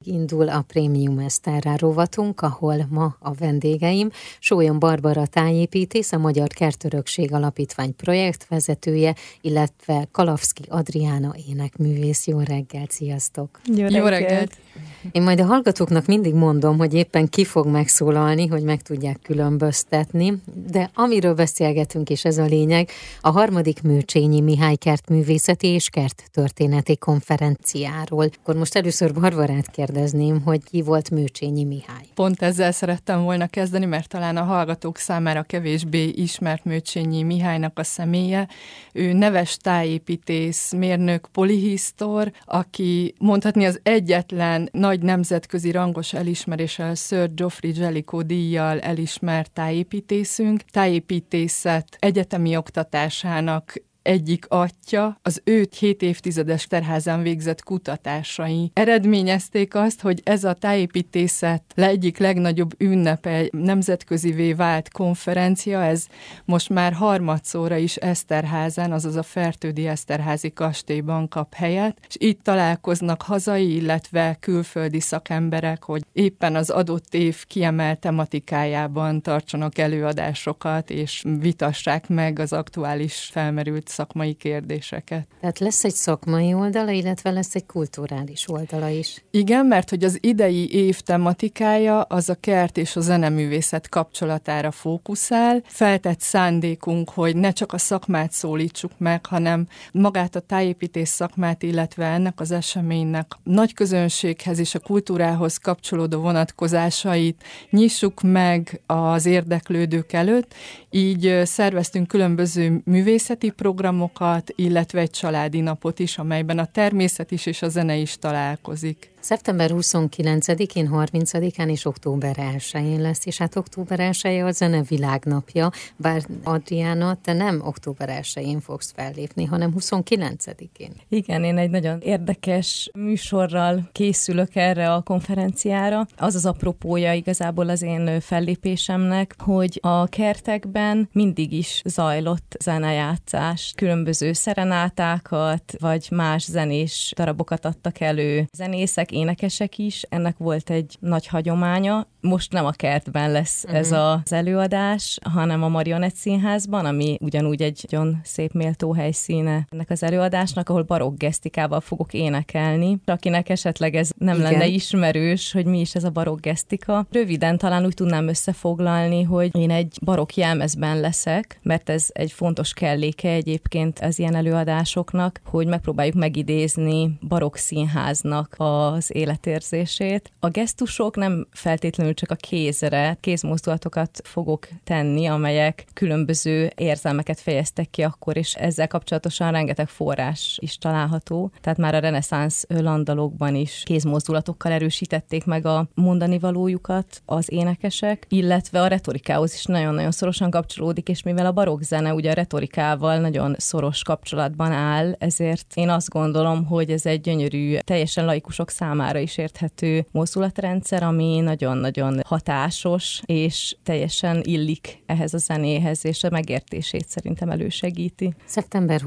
Indul a Prémium Eszterrá rovatunk, ahol ma a vendégeim Sólyom Barbara tájépítész, a Magyar Kertörökség Alapítvány projektvezetője, illetve Kalavszky Adriána énekművész. Jó reggelt, sziasztok! Jó reggelt! Én majd a hallgatóknak mindig mondom, hogy éppen ki fog megszólalni, hogy meg tudják különböztetni, de amiről beszélgetünk, és ez a lényeg, a 3. Mőcsényi Mihály kertművészeti és kerttörténeti konferenciáról. Akkor most először Barbarát kérdezném, hogy ki volt Mőcsényi Mihály. Pont ezzel szerettem volna kezdeni, mert talán a hallgatók számára kevésbé ismert Mőcsényi Mihálynak a személye. Ő neves tájépítész, mérnök, polihisztor, aki mondhatni az egyetlen nagy nemzetközi rangos elismeréssel, Sir Geoffrey Jellicoe díjjal elismert tájépítészünk. Tájépítészet egyetemi oktatásának egyik atya, az ő 7 évtizedes Eszterházán végzett kutatásai eredményezték azt, hogy ez a tájépítészet egyik legnagyobb ünnepe, nemzetközivé vált konferencia, ez most már harmadszorra is Eszterházán, azaz a Fertődi Eszterházi kastélyban kap helyet, és itt találkoznak hazai, illetve külföldi szakemberek, hogy éppen az adott év kiemelt tematikájában tartsanak előadásokat, és vitassák meg az aktuális felmerült szakmai kérdéseket. Tehát lesz egy szakmai oldala, illetve lesz egy kulturális oldala is. Igen, mert hogy az idei év tematikája az a kert és a zeneművészet kapcsolatára fókuszál. Feltett szándékunk, hogy ne csak a szakmát szólítsuk meg, hanem magát a tájépítés szakmát, illetve ennek az eseménynek nagy közönséghez és a kultúrához kapcsolódó vonatkozásait nyissuk meg az érdeklődők előtt. Így szerveztünk különböző művészeti programokat, illetve egy családi napot is, amelyben a természet is és a zene is találkozik. Szeptember 29-én, 30-án és október 1-én lesz, és hát október 1 a Zene Világnapja, bár Adriána, te nem október 1-én fogsz fellépni, hanem 29-én. Igen, én egy nagyon érdekes műsorral készülök erre a konferenciára. Az az apropója igazából az én fellépésemnek, hogy a kertekben mindig is zajlott zenejátszás, különböző szerenátákat, vagy más zenés darabokat adtak elő zenészek, énekesek is. Ennek volt egy nagy hagyománya. Most nem a kertben lesz ez az előadás, hanem a Marionett Színházban, ami ugyanúgy egy nagyon szép méltó helyszíne ennek az előadásnak, ahol barokk gesztikával fogok énekelni. Akinek esetleg ez nem lenne ismerős, hogy mi is ez a barokk gesztika. Röviden talán úgy tudnám összefoglalni, hogy én egy barokk jelmezben leszek, mert ez egy fontos kelléke egyébként az ilyen előadásoknak, hogy megpróbáljuk megidézni barokk színháznak az életérzését. A gesztusok nem feltétlenül csak a kézmozdulatokat fogok tenni, amelyek különböző érzelmeket fejeztek ki akkor, és ezzel kapcsolatosan rengeteg forrás is található. Tehát már a reneszánsz landalokban is kézmozdulatokkal erősítették meg a mondani valójukat az énekesek, illetve a retorikához is nagyon-nagyon szorosan kapcsolódik, és mivel a barokk zene ugye a retorikával nagyon szoros kapcsolatban áll, ezért én azt gondolom, hogy ez egy gyönyörű, teljesen laikusok számára is érthető mozdulatrendszer, ami nagyon-nagyon hatásos, és teljesen illik ehhez a zenéhez, és a megértését szerintem elősegíti. Szeptember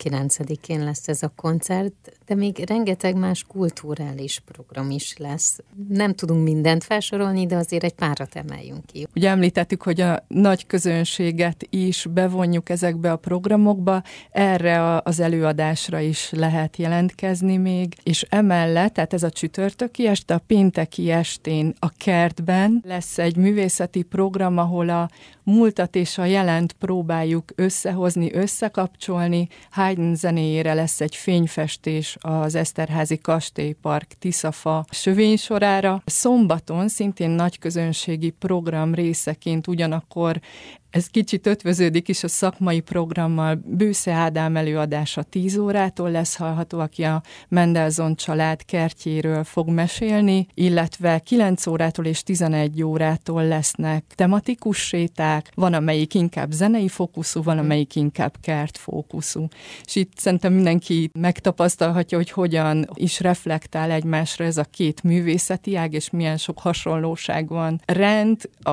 29-én lesz ez a koncert, de még rengeteg más kulturális program is lesz. Nem tudunk mindent felsorolni, de azért egy párat emeljünk ki. Ugye említettük, hogy a nagy közönséget is bevonjuk ezekbe a programokba, erre az előadásra is lehet jelentkezni még, és emellett, tehát ez a csütörtöki este, a pénteki estén a kertben lesz egy művészeti program, ahol a múltat és a jelent próbáljuk összehozni, összekapcsolni. Haydn zenéjére lesz egy fényfestés az Eszterházi Kastélypark Tiszafa sövénysorára. Szombaton szintén nagyközönségi program részeként ugyanakkor ez kicsit ötvöződik is a szakmai programmal. Bősze Ádám előadása 10 órától lesz hallható, aki a Mendelssohn család kertjéről fog mesélni, illetve 9 órától és 11 órától lesznek tematikus séták, van amelyik inkább zenei fókuszú, van amelyik inkább kertfókuszú. És itt szerintem mindenki megtapasztalhatja, hogy hogyan is reflektál egymásra ez a két művészeti ág, és milyen sok hasonlóság van. A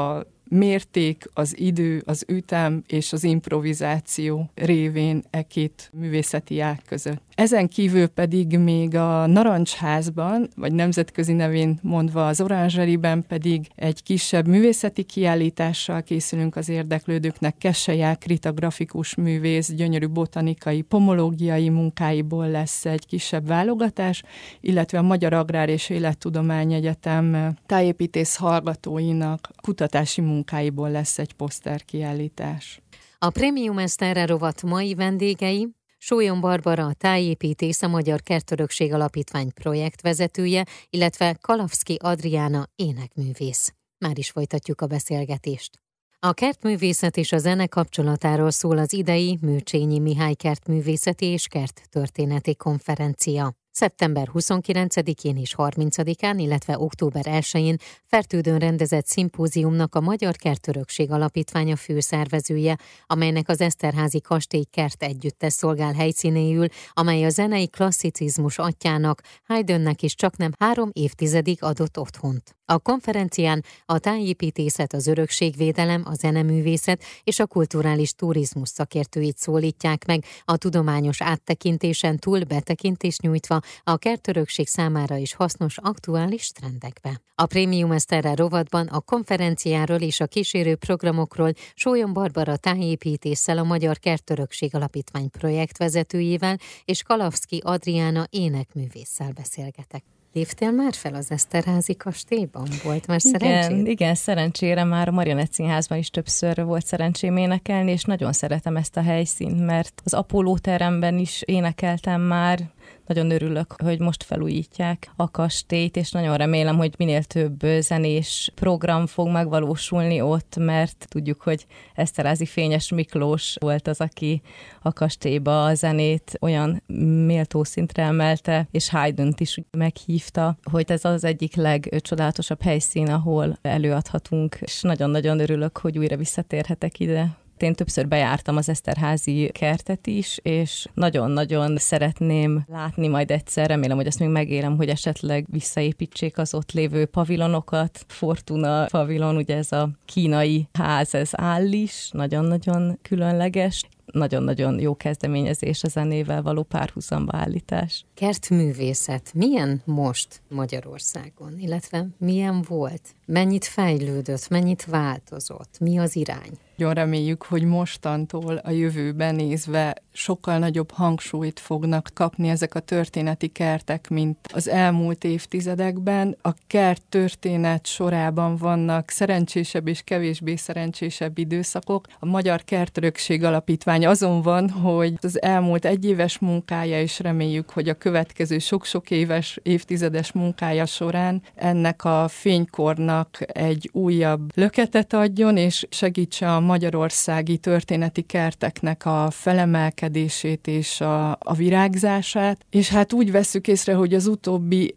mérték, az idő, az ütem és az improvizáció révén két művészeti ág között. Ezen kívül pedig még a Narancsházban, vagy nemzetközi nevén mondva az Oranzseriben pedig egy kisebb művészeti kiállítással készülünk az érdeklődőknek. Keselyák Rita grafikus művész gyönyörű botanikai, pomológiai munkáiból lesz egy kisebb válogatás, illetve a Magyar Agrár és Élettudományegyetem tájépítész hallgatóinak kutatási munkáiból lesz egy poszterkiállítás. A Prémium Eszterre rovat mai vendégei Sólyom Barbara, a tájépítész, a Magyar Kertörökség Alapítvány projektvezetője, illetve Kalavszky Adriána énekművész. Már is folytatjuk a beszélgetést. A kertművészet és a zene kapcsolatáról szól az idei Mőcsényi Mihály kertművészeti és kerttörténeti konferencia. Szeptember 29-én és 30-án, illetve október 1-én Fertődön rendezett szimpóziumnak a Magyar Kertörökség Alapítványa főszervezője, amelynek az Eszterházi Kastély Kert Együttes szolgál helyszínéül, amely a zenei klasszicizmus atyjának, Haydnnek is csaknem 3 évtizedig adott otthont. A konferencián a tájépítészet, az örökségvédelem, a zeneművészet és a kulturális turizmus szakértőit szólítják meg, a tudományos áttekintésen túl betekintést nyújtva a kertörökség számára is hasznos aktuális trendekbe. A Prémium Eszterre rovatban a konferenciáról és a kísérő programokról Sólyom Barbara tájépítéssel, a Magyar Kertörökség Alapítvány projektvezetőjével és Kalavszky Adriána énekművésszel beszélgetek. Léptél már fel az Eszterházi kastélyban? Volt már szerencséd? Igen, szerencsére már a Marionett Színházban is többször volt szerencsém énekelni, és nagyon szeretem ezt a helyszínt, mert az Apollo teremben is énekeltem már. Nagyon örülök, hogy most felújítják a kastélyt, és nagyon remélem, hogy minél több zenés program fog megvalósulni ott, mert tudjuk, hogy Eszterházy Fényes Miklós volt az, aki a kastélyba a zenét olyan méltó szintre emelte, és Haydnt is meghívta, hogy ez az egyik legcsodálatosabb helyszín, ahol előadhatunk, és nagyon-nagyon örülök, hogy újra visszatérhetek ide. Én többször bejártam az Eszterházi kertet is, és nagyon-nagyon szeretném látni majd egyszer, remélem, hogy ezt még megélem, hogy esetleg visszaépítsék az ott lévő pavilonokat. Fortuna pavilon, ugye ez a kínai ház, ez áll is, nagyon-nagyon különleges. Nagyon-nagyon jó kezdeményezés a zenével való párhuzamba állítás. Kertművészet milyen most Magyarországon, illetve milyen volt? Mennyit fejlődött, mennyit változott? Mi az irány? Nagyon reméljük, hogy mostantól a jövőben nézve sokkal nagyobb hangsúlyt fognak kapni ezek a történeti kertek, mint az elmúlt évtizedekben. A kert történet sorában vannak szerencsésebb és kevésbé szerencsésebb időszakok. A Magyar Kertörökség Alapítvány azon van, hogy az elmúlt egyéves munkája, és reméljük, hogy a következő sok-sok éves, évtizedes munkája során ennek a fénykornak egy újabb löketet adjon, és segítse a magyarországi történeti kerteknek a felemelkedését és a virágzását. És hát úgy vesszük észre, hogy az utóbbi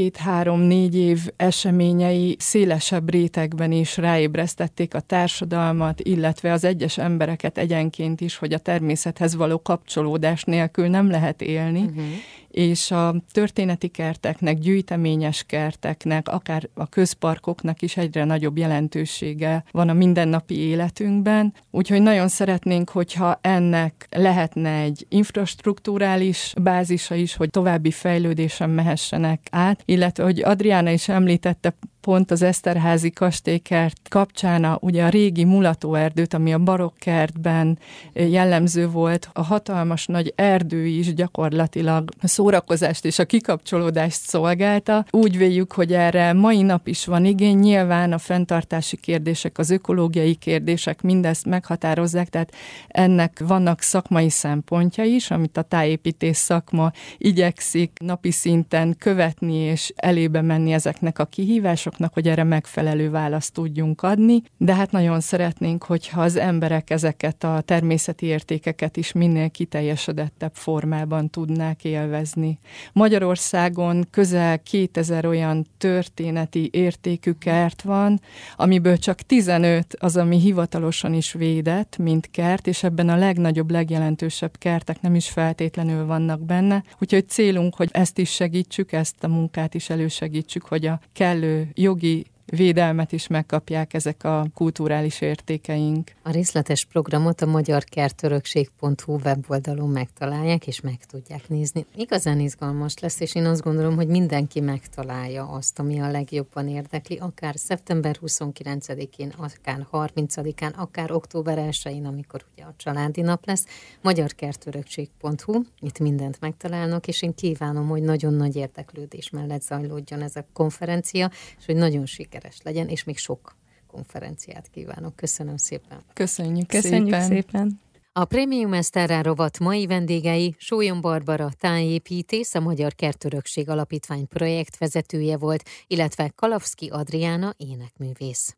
1-2-3-4 év eseményei szélesebb rétegben is ráébresztették a társadalmat, illetve az egyes embereket egyenként is, hogy a természethez való kapcsolódás nélkül nem lehet élni, és a történeti kerteknek, gyűjteményes kerteknek, akár a közparkoknak is egyre nagyobb jelentősége van a mindennapi életünkben. Úgyhogy nagyon szeretnénk, hogyha ennek lehetne egy infrastrukturális bázisa is, hogy további fejlődésen mehessenek át, illetve, hogy Adriána is említette, pont az Eszterházi kastélykert kapcsán ugye a régi mulatóerdőt, ami a barokkertben jellemző volt, a hatalmas nagy erdő is gyakorlatilag a szórakozást és a kikapcsolódást szolgálta. Úgy véljük, hogy erre mai nap is van igény, nyilván a fenntartási kérdések, az ökológiai kérdések mindezt meghatározzák, tehát ennek vannak szakmai szempontja is, amit a tájépítés szakma igyekszik napi szinten követni és elébe menni ezeknek a kihívásoknak, hogy erre megfelelő választ tudjunk adni, de hát nagyon szeretnénk, hogyha az emberek ezeket a természeti értékeket is minél kiteljesedettebb formában tudnák élvezni. Magyarországon közel 2000 olyan történeti értékű kert van, amiből csak 15 az, ami hivatalosan is védett, mint kert, és ebben a legnagyobb, legjelentősebb kertek nem is feltétlenül vannak benne. Úgyhogy célunk, hogy ezt is segítsük, ezt a munkát is elősegítsük, hogy a kellő jogi védelmet is megkapják ezek a kulturális értékeink. A részletes programot a magyarkertörökség.hu weboldalon megtalálják, és meg tudják nézni. Igazán izgalmas lesz, és én azt gondolom, hogy mindenki megtalálja azt, ami a legjobban érdekli, akár szeptember 29-én, akár 30-án, akár október 1-én, amikor ugye a családi nap lesz. magyarkertörökség.hu, itt mindent megtalálnak, és én kívánom, hogy nagyon nagy érdeklődés mellett zajlódjon ez a konferencia, és hogy nagyon sikeres legyen, és még sok konferenciát kívánok. Köszönöm szépen. Köszönjük szépen. A Prémium Eszterrel rovat mai vendégei Sólyom Barbara tájépítész, a Magyar Kertörökség Alapítvány projektvezetője volt, illetve Kalavszky Adriána énekművész.